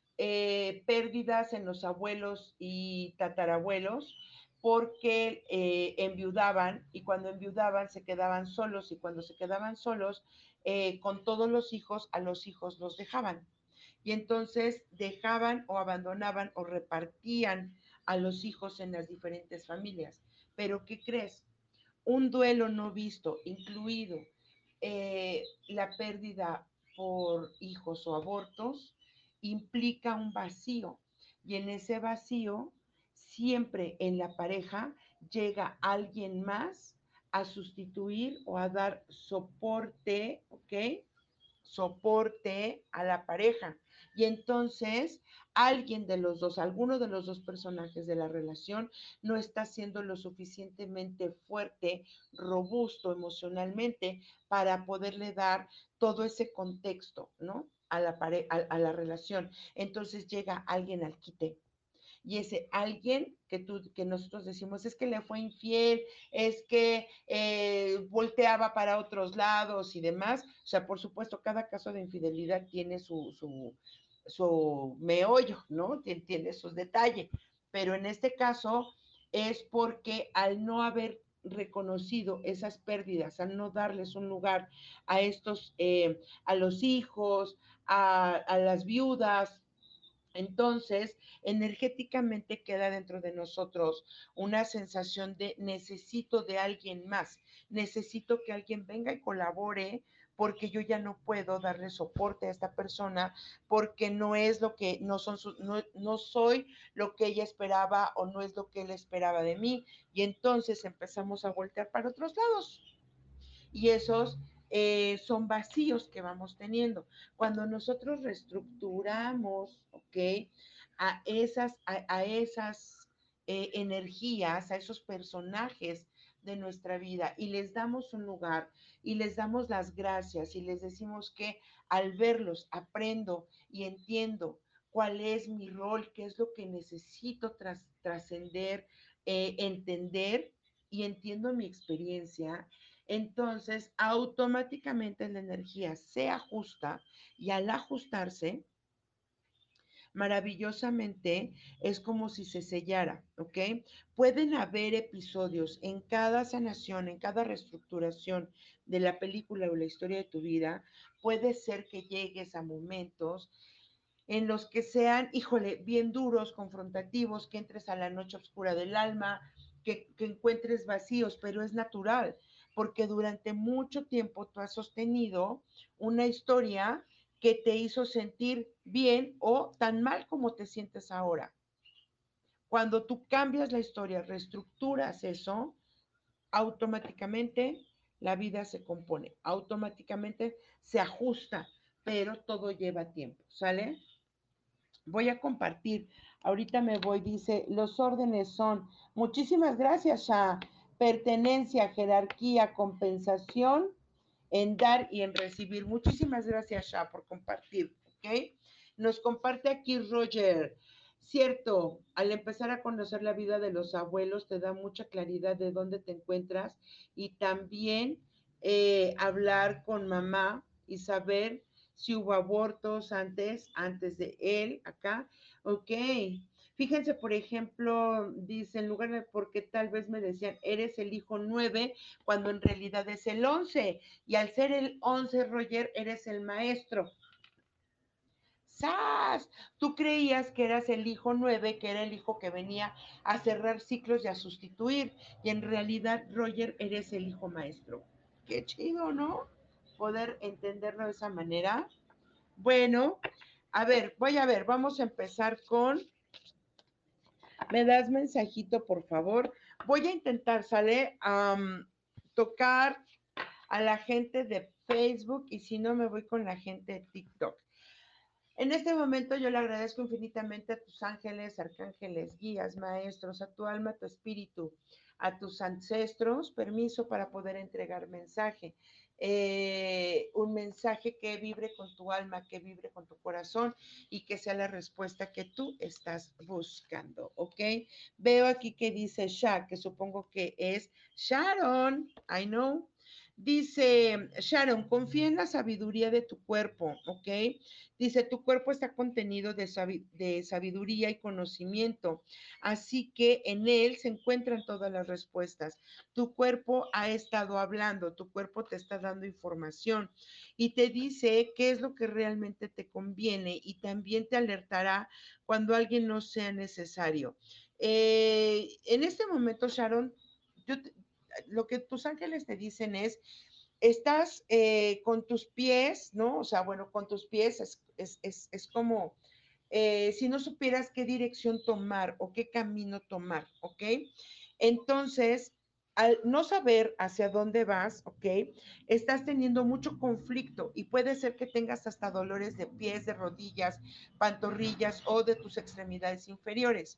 Speaker 3: eh, pérdidas en los abuelos y tatarabuelos, porque eh, enviudaban y cuando enviudaban se quedaban solos y cuando se quedaban solos, eh, con todos los hijos, a los hijos los dejaban. Y entonces dejaban o abandonaban o repartían a los hijos en las diferentes familias. Pero ¿qué crees? Un duelo no visto, incluido eh, la pérdida por hijos o abortos, implica un vacío. Y en ese vacío, siempre en la pareja llega alguien más a sustituir o a dar soporte, ¿ok? Soporte a la pareja. Y entonces alguien de los dos, alguno de los dos personajes de la relación no está siendo lo suficientemente fuerte, robusto emocionalmente para poderle dar todo ese contexto, ¿no? A la, pare a, a la relación. Entonces llega alguien al quite y ese alguien que, tú, que nosotros decimos es que le fue infiel, es que eh, volteaba para otros lados y demás. O sea, por supuesto, cada caso de infidelidad tiene su, su, su meollo, ¿no? Tiene sus detalles. Pero en este caso es porque al no haber reconocido esas pérdidas, al no darles un lugar a estos, eh, a los hijos, a, a las viudas, entonces, energéticamente queda dentro de nosotros una sensación de necesito de alguien más, necesito que alguien venga y colabore porque yo ya no puedo darle soporte a esta persona porque no es lo que, no son sus, no, no soy lo que ella esperaba o no es lo que él esperaba de mí. Y entonces empezamos a voltear para otros lados y esos eh, son vacíos que vamos teniendo. Cuando nosotros reestructuramos, ¿ok? A esas, a, a esas eh, energías, a esos personajes de nuestra vida y les damos un lugar y les damos las gracias y les decimos que al verlos aprendo y entiendo cuál es mi rol, qué es lo que necesito tras, trascender, eh, entender y entiendo mi experiencia, entonces automáticamente la energía se ajusta y al ajustarse, maravillosamente es como si se sellara, ¿ok? Pueden haber episodios en cada sanación, en cada reestructuración de la película o la historia de tu vida, puede ser que llegues a momentos en los que sean, híjole, bien duros, confrontativos, que entres a la noche oscura del alma, que, que encuentres vacíos, pero es natural, porque durante mucho tiempo tú has sostenido una historia que te hizo sentir bien o tan mal como te sientes ahora. Cuando tú cambias la historia, reestructuras eso, automáticamente la vida se compone, automáticamente se ajusta, pero todo lleva tiempo, ¿sale? Voy a compartir. Ahorita me voy, dice, los órdenes son, muchísimas gracias, Sha, pertenencia, jerarquía, compensación en dar y en recibir. Muchísimas gracias, Sha, por compartir, ¿ok? Nos comparte aquí Roger. Cierto, al empezar a conocer la vida de los abuelos te da mucha claridad de dónde te encuentras y también eh, hablar con mamá y saber si hubo abortos antes, antes de él, acá. Ok. Fíjense, por ejemplo, dice, en lugar de porque tal vez me decían, eres el hijo nueve, cuando en realidad es el once. Y al ser el once, Roger, eres el maestro. ¡Sas! Tú creías que eras el hijo nueve, que era el hijo que venía a cerrar ciclos y a sustituir. Y en realidad, Roger, eres el hijo maestro. Qué chido, ¿no? Poder entenderlo de esa manera. Bueno, a ver, voy a ver, vamos a empezar con, ¿me das mensajito, por favor? Voy a intentar, ¿sale? Um, tocar a la gente de Facebook y si no me voy con la gente de TikTok. En este momento yo le agradezco infinitamente a tus ángeles, arcángeles, guías, maestros, a tu alma, a tu espíritu, a tus ancestros, permiso para poder entregar mensaje. Eh, un mensaje que vibre con tu alma, que vibre con tu corazón y que sea la respuesta que tú estás buscando, ¿ok? Veo aquí que dice Sha, que supongo que es Sharon, I know. Dice Sharon, confía en la sabiduría de tu cuerpo, ¿ok? Dice, tu cuerpo está contenido de, sabi de sabiduría y conocimiento, así que en él se encuentran todas las respuestas. Tu cuerpo ha estado hablando, tu cuerpo te está dando información y te dice qué es lo que realmente te conviene y también te alertará cuando alguien no sea necesario. Eh, en este momento, Sharon, yo te, lo que tus ángeles te dicen es, estás eh, con tus pies, ¿no? O sea, bueno, con tus pies es, es, es, es como eh, si no supieras qué dirección tomar o qué camino tomar, ¿ok? Entonces, al no saber hacia dónde vas, ¿ok? Estás teniendo mucho conflicto y puede ser que tengas hasta dolores de pies, de rodillas, pantorrillas o de tus extremidades inferiores.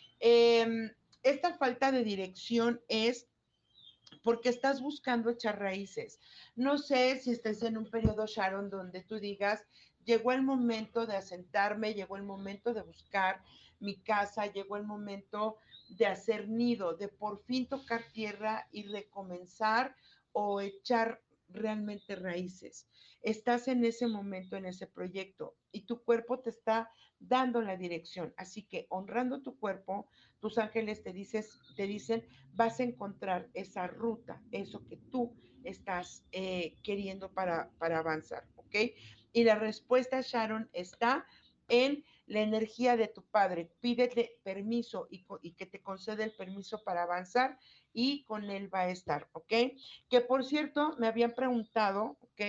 Speaker 3: Eh, esta falta de dirección es porque estás buscando echar raíces. No sé si estés en un periodo, Sharon, donde tú digas, llegó el momento de asentarme, llegó el momento de buscar mi casa, llegó el momento de hacer nido, de por fin tocar tierra y recomenzar o echar realmente raíces. Estás en ese momento, en ese proyecto y tu cuerpo te está dando la dirección. Así que honrando tu cuerpo, tus ángeles te, dices, te dicen, vas a encontrar esa ruta, eso que tú estás eh, queriendo para, para avanzar, ¿ok? Y la respuesta, Sharon, está en la energía de tu padre. Pídele permiso y, y que te concede el permiso para avanzar y con él va a estar, ¿ok? Que por cierto, me habían preguntado, ¿ok?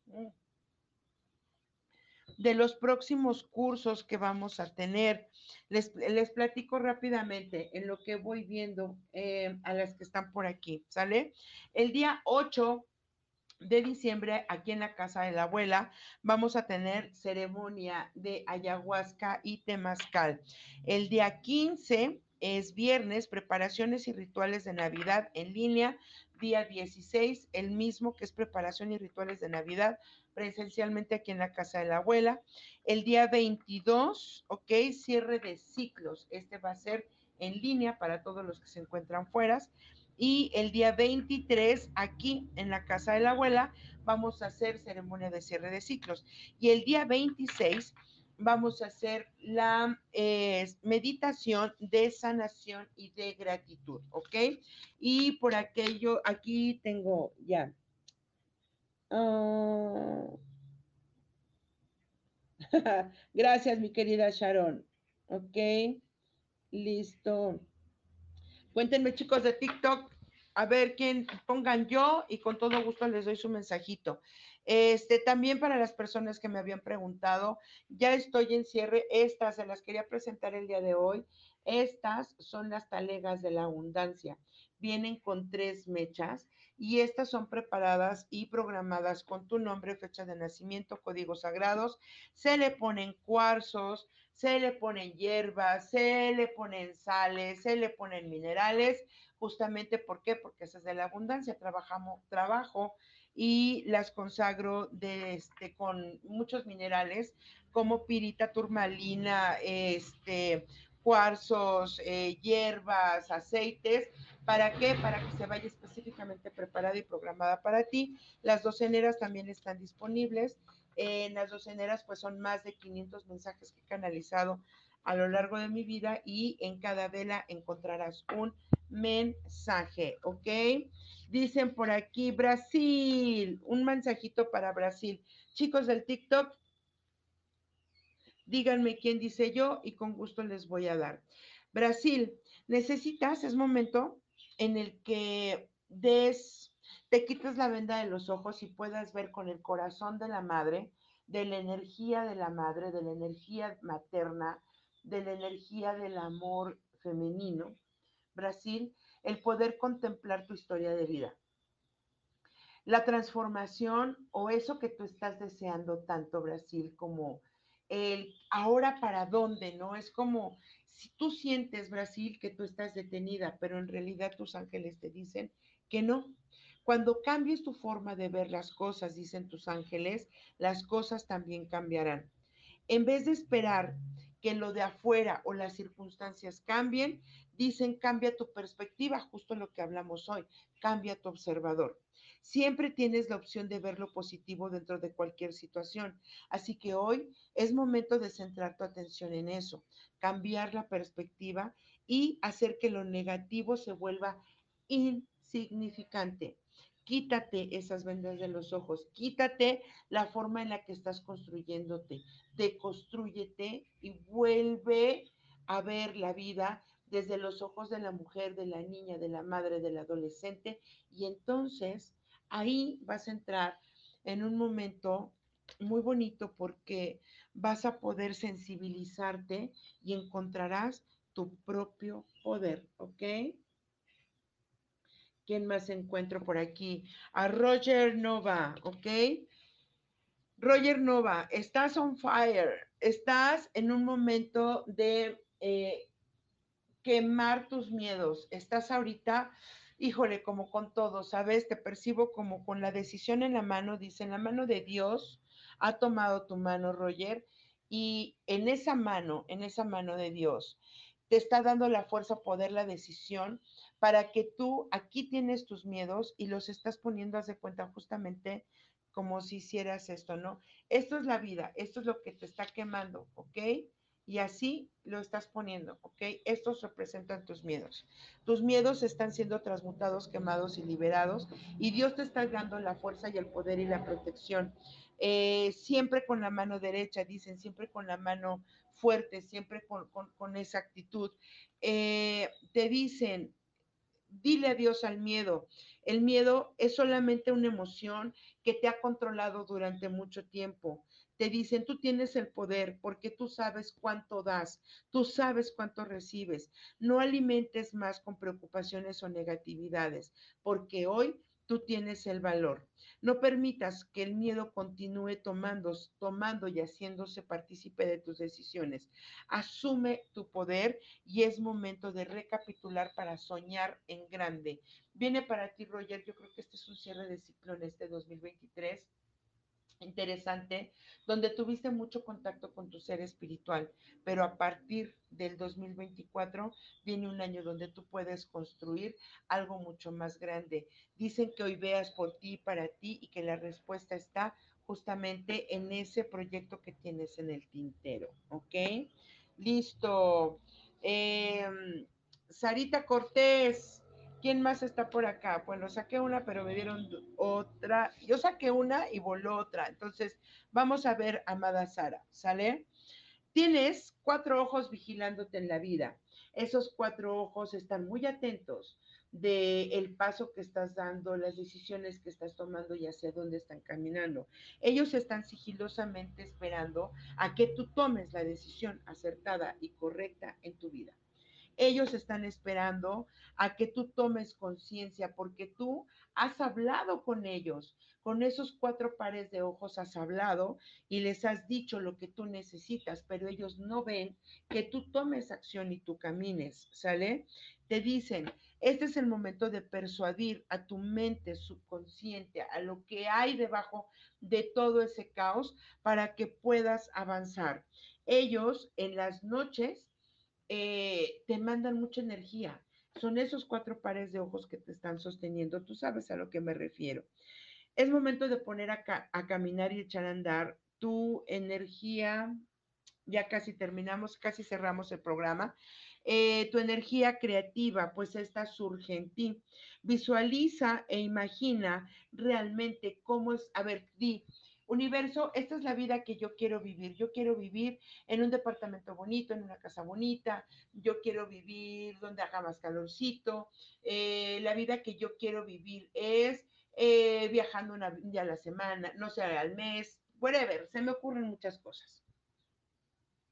Speaker 3: De los próximos cursos que vamos a tener. Les, les platico rápidamente en lo que voy viendo eh, a las que están por aquí, ¿sale? El día ocho de diciembre, aquí en la casa de la abuela, vamos a tener ceremonia de ayahuasca y temazcal. El día quince es viernes, preparaciones y rituales de Navidad en línea. Día dieciséis, el mismo que es preparación y rituales de Navidad presencialmente aquí en la casa de la abuela. El día veintidós, ok, cierre de ciclos. Este va a ser en línea para todos los que se encuentran fuera. Y el día veintitrés, aquí en la casa de la abuela, vamos a hacer ceremonia de cierre de ciclos. Y el día veintiséis vamos a hacer la eh, meditación de sanación y de gratitud, ¿ok? Y por aquello, aquí tengo ya. Uh... Gracias, mi querida Sharon. Ok, listo. Cuéntenme, chicos de TikTok, a ver quién pongan yo y con todo gusto les doy su mensajito. Este, también para las personas que me habían preguntado, ya estoy en cierre. Estas se las quería presentar el día de hoy. Estas son las talegas de la abundancia. Vienen con tres mechas y estas son preparadas y programadas con tu nombre, fecha de nacimiento, códigos sagrados. Se le ponen cuarzos, se le ponen hierbas, se le ponen sales, se le ponen minerales, justamente ¿por qué? Porque esa es de la abundancia, trabajamos, trabajo y las consagro de este, con muchos minerales como pirita, turmalina, este, cuarzos, eh, hierbas, aceites. ¿Para qué? Para que se vaya específicamente preparada y programada para ti. Las doceneras también están disponibles. En las doceneras, pues son más de quinientos mensajes que he canalizado a lo largo de mi vida y en cada vela encontrarás un mensaje, ¿ok? Dicen por aquí, Brasil, un mensajito para Brasil. Chicos del TikTok, díganme quién dice yo y con gusto les voy a dar. Brasil, necesitas, es momento en el que des, te quites la venda de los ojos y puedas ver con el corazón de la madre, de la energía de la madre, de la energía materna, de la energía del amor femenino. Brasil, el poder contemplar tu historia de vida. La transformación o eso que tú estás deseando tanto, Brasil, como el ahora para dónde, ¿no? Es como si tú sientes, Brasil, que tú estás detenida, pero en realidad tus ángeles te dicen que no. Cuando cambies tu forma de ver las cosas, dicen tus ángeles, las cosas también cambiarán. En vez de esperar que lo de afuera o las circunstancias cambien, dicen cambia tu perspectiva, justo lo que hablamos hoy, cambia tu observador. Siempre tienes la opción de ver lo positivo dentro de cualquier situación. Así que hoy es momento de centrar tu atención en eso, cambiar la perspectiva y hacer que lo negativo se vuelva insignificante. Quítate esas vendas de los ojos, quítate la forma en la que estás construyéndote, deconstrúyete y vuelve a ver la vida desde los ojos de la mujer, de la niña, de la madre, del adolescente, y entonces ahí vas a entrar en un momento muy bonito porque vas a poder sensibilizarte y encontrarás tu propio poder, ¿ok? ¿Quién más encuentro por aquí? A Roger Nova, ¿ok? Roger Nova, estás on fire, estás en un momento de eh, quemar tus miedos, estás ahorita, híjole, como con todo, ¿sabes? Te percibo como con la decisión en la mano, dice, en la mano de Dios ha tomado tu mano, Roger, y en esa mano, en esa mano de Dios, te está dando la fuerza, poder, la decisión para que tú aquí tienes tus miedos y los estás poniendo, haz de cuenta, justamente como si hicieras esto, ¿no? Esto es la vida, esto es lo que te está quemando, ¿ok? Y así lo estás poniendo, ¿ok? Estos representan tus miedos. Tus miedos están siendo transmutados, quemados y liberados, y Dios te está dando la fuerza y el poder y la protección. Eh, siempre con la mano derecha, dicen, siempre con la mano fuerte, siempre con, con, con esa actitud. Eh, te dicen, dile adiós al miedo. El miedo es solamente una emoción que te ha controlado durante mucho tiempo. Te dicen, tú tienes el poder porque tú sabes cuánto das, tú sabes cuánto recibes. No alimentes más con preocupaciones o negatividades, porque hoy tú tienes el valor. No permitas que el miedo continúe tomando, tomando y haciéndose partícipe de tus decisiones. Asume tu poder y es momento de recapitular para soñar en grande. Viene para ti, Roger, yo creo que este es un cierre de ciclo en este dos mil veintitrés interesante, donde tuviste mucho contacto con tu ser espiritual, pero a partir del dos mil veinticuatro viene un año donde tú puedes construir algo mucho más grande. Dicen que hoy veas por ti, para ti, y que la respuesta está justamente en ese proyecto que tienes en el tintero, ¿ok? Listo. Eh, Sarita Cortés, ¿quién más está por acá? Bueno, saqué una, pero me dieron otra. Yo saqué una y voló otra. Entonces, vamos a ver, amada Sara, ¿sale? Tienes cuatro ojos vigilándote en la vida. Esos cuatro ojos están muy atentos del el paso que estás dando, las decisiones que estás tomando y hacia dónde están caminando. Ellos están sigilosamente esperando a que tú tomes la decisión acertada y correcta en tu vida. Ellos están esperando a que tú tomes conciencia porque tú has hablado con ellos. Con esos cuatro pares de ojos has hablado y les has dicho lo que tú necesitas, pero ellos no ven que tú tomes acción y tú camines, ¿sale? Te dicen, este es el momento de persuadir a tu mente subconsciente, a lo que hay debajo de todo ese caos para que puedas avanzar. Ellos en las noches eh, te mandan mucha energía. Son esos cuatro pares de ojos que te están sosteniendo. Tú sabes a lo que me refiero. Es momento de poner a, ca a caminar y echar a andar tu energía. Ya casi terminamos, casi cerramos el programa. Eh, tu energía creativa, pues esta surge en ti. Visualiza e imagina realmente cómo es, a ver, di, universo, esta es la vida que yo quiero vivir. Yo quiero vivir en un departamento bonito, en una casa bonita. Yo quiero vivir donde haga más calorcito. Eh, la vida que yo quiero vivir es eh, viajando una día a la semana, no sé, al mes, whatever. Se me ocurren muchas cosas.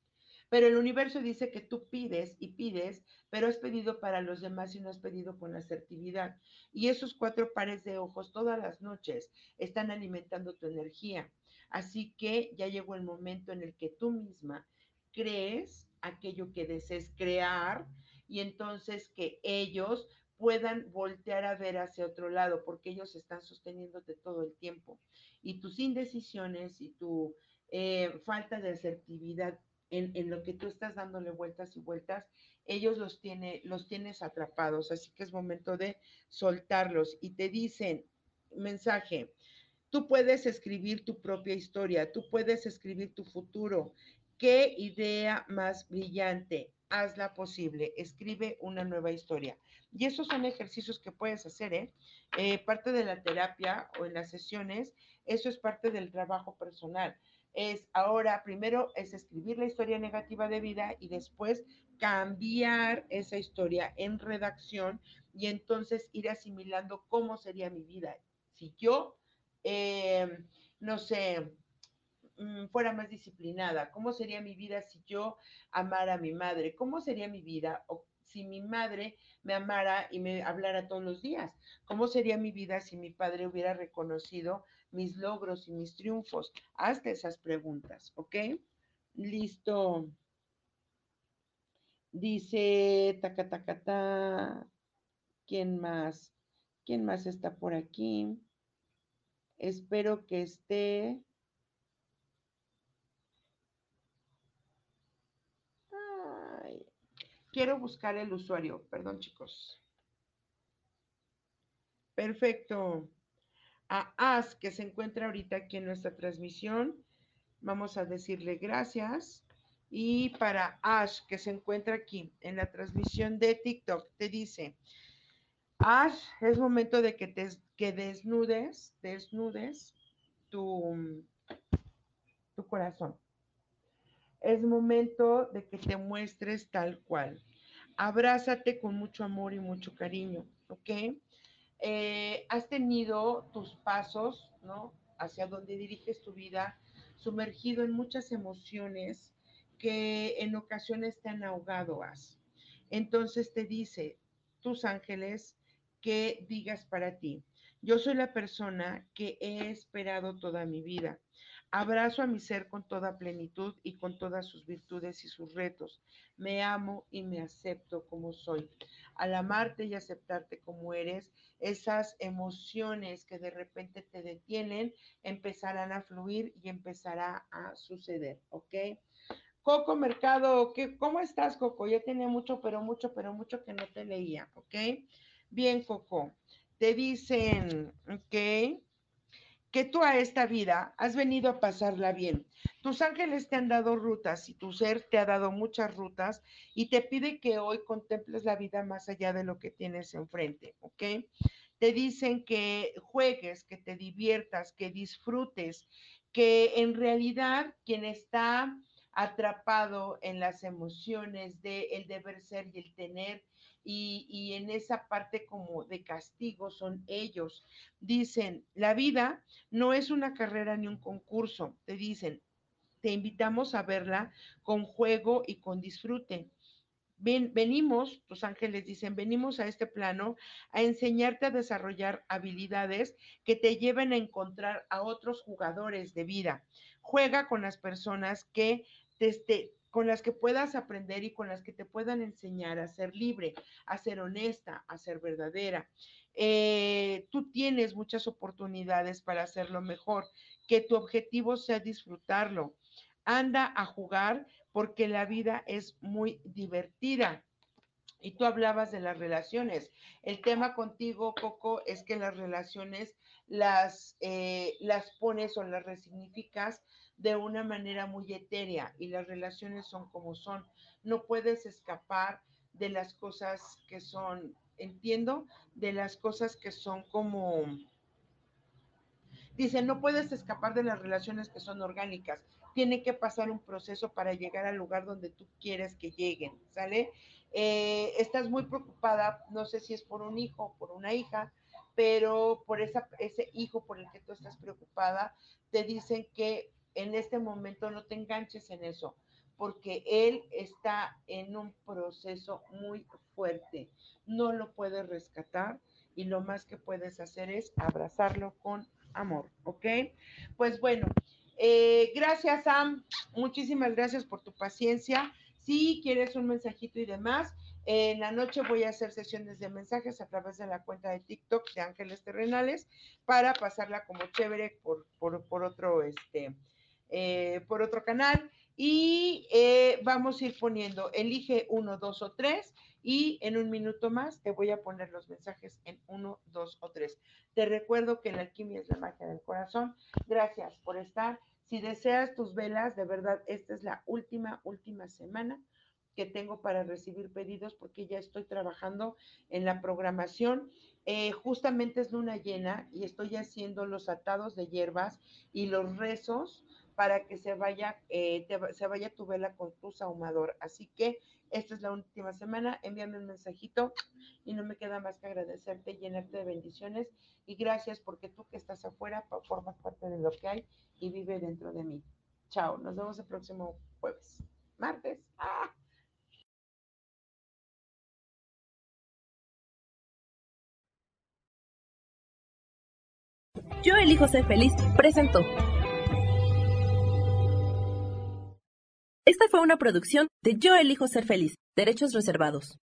Speaker 3: Pero el universo dice que tú pides y pides, pero has pedido para los demás y no has pedido con asertividad. Y esos cuatro pares de ojos todas las noches están alimentando tu energía. Así que ya llegó el momento en el que tú misma crees aquello que desees crear y entonces que ellos puedan voltear a ver hacia otro lado, porque ellos están sosteniéndote todo el tiempo. Y tus indecisiones y tu eh, falta de asertividad en, en, lo que tú estás dándole vueltas y vueltas, ellos los, tiene, los tienes atrapados, así que es momento de soltarlos. Y te dicen, mensaje, tú puedes escribir tu propia historia, tú puedes escribir tu futuro. ¿Qué idea más brillante? Hazla posible, escribe una nueva historia. Y esos son ejercicios que puedes hacer, ¿eh? Eh, parte de la terapia o en las sesiones, eso es parte del trabajo personal. Es ahora, primero es escribir la historia negativa de vida y después cambiar esa historia en redacción y entonces ir asimilando cómo sería mi vida si yo, eh, no sé, fuera más disciplinada, cómo sería mi vida si yo amara a mi madre, cómo sería mi vida o si mi madre me amara y me hablara todos los días, cómo sería mi vida si mi padre hubiera reconocido mis logros y mis triunfos. Hazte esas preguntas, ¿ok? Listo. Dice, taca, taca, ta. ¿Quién más? ¿Quién más está por aquí? Espero que esté. Ay, quiero buscar el usuario. Perdón, chicos. Perfecto. A As, que se encuentra ahorita aquí en nuestra transmisión, vamos a decirle gracias. Y para Ash, que se encuentra aquí en la transmisión de TikTok, te dice, Ash, es momento de que te que desnudes, desnudes tu, tu corazón. Es momento de que te muestres tal cual. Abrázate con mucho amor y mucho cariño, ¿ok? Eh, has tenido tus pasos, ¿no? Hacia donde diriges tu vida, sumergido en muchas emociones que en ocasiones te han ahogado. Has. Entonces te dice, tus ángeles, que digas para ti, yo soy la persona que he esperado toda mi vida. Abrazo a mi ser con toda plenitud y con todas sus virtudes y sus retos. Me amo y me acepto como soy. Al amarte y aceptarte como eres, esas emociones que de repente te detienen empezarán a fluir y empezará a suceder, ¿ok? Coco Mercado, ¿qué, ¿cómo estás, Coco? Ya tenía mucho, pero mucho, pero mucho que no te leía, ¿ok? Bien, Coco. Te dicen, ¿ok? Que tú a esta vida has venido a pasarla bien. Tus ángeles te han dado rutas y tu ser te ha dado muchas rutas y te pide que hoy contemples la vida más allá de lo que tienes enfrente, ¿ok? Te dicen que juegues, que te diviertas, que disfrutes, que en realidad quien está atrapado en las emociones de el deber ser y el tener y, y en esa parte como de castigo son ellos. Dicen, la vida no es una carrera ni un concurso, te dicen, te invitamos a verla con juego y con disfrute. Ven, venimos, tus ángeles dicen, venimos a este plano a enseñarte a desarrollar habilidades que te lleven a encontrar a otros jugadores de vida. Juega con las personas que te, te, con las que puedas aprender y con las que te puedan enseñar a ser libre, a ser honesta, a ser verdadera. Eh, tú tienes muchas oportunidades para hacerlo mejor, que tu objetivo sea disfrutarlo. Anda a jugar porque la vida es muy divertida. Y tú hablabas de las relaciones. El tema contigo, Coco, es que las relaciones las, eh, las pones o las resignificas de una manera muy etérea y las relaciones son como son. No puedes escapar de las cosas que son, entiendo, de las cosas que son como Dice, no puedes escapar de las relaciones que son orgánicas. Tiene que pasar un proceso para llegar al lugar donde tú quieres que lleguen, ¿sale? Eh, estás muy preocupada, no sé si es por un hijo o por una hija, pero por esa, ese hijo por el que tú estás preocupada, te dicen que en este momento no te enganches en eso. porque él está en un proceso muy fuerte. No lo puedes rescatar y lo más que puedes hacer es abrazarlo con amor, ¿ok? Pues bueno, eh, gracias, Sam. Muchísimas gracias por tu paciencia. Si quieres un mensajito y demás, eh, en la noche voy a hacer sesiones de mensajes a través de la cuenta de TikTok de Ángeles Terrenales para pasarla como chévere por, por, por otro, este, eh, por otro canal. Y eh, vamos a ir poniendo, elige uno, dos o tres, y en un minuto más te voy a poner los mensajes en uno, dos o tres. Te recuerdo que la alquimia es la magia del corazón. Gracias por estar. Si deseas tus velas, de verdad, esta es la última, última semana que tengo para recibir pedidos porque ya estoy trabajando en la programación. Eh, justamente es luna llena y estoy haciendo los atados de hierbas y los rezos para que se vaya, eh, te, se vaya tu vela con tu ahumador. Así que esta es la última semana. Envíame un mensajito y no me queda más que agradecerte y llenarte de bendiciones. Y gracias porque tú que estás afuera formas parte de lo que hay y vive dentro de mí. Chao, nos vemos el próximo jueves. Martes. ¡Ah!
Speaker 1: Yo elijo ser feliz presentó. Esta fue una producción de Yo elijo ser feliz, derechos reservados.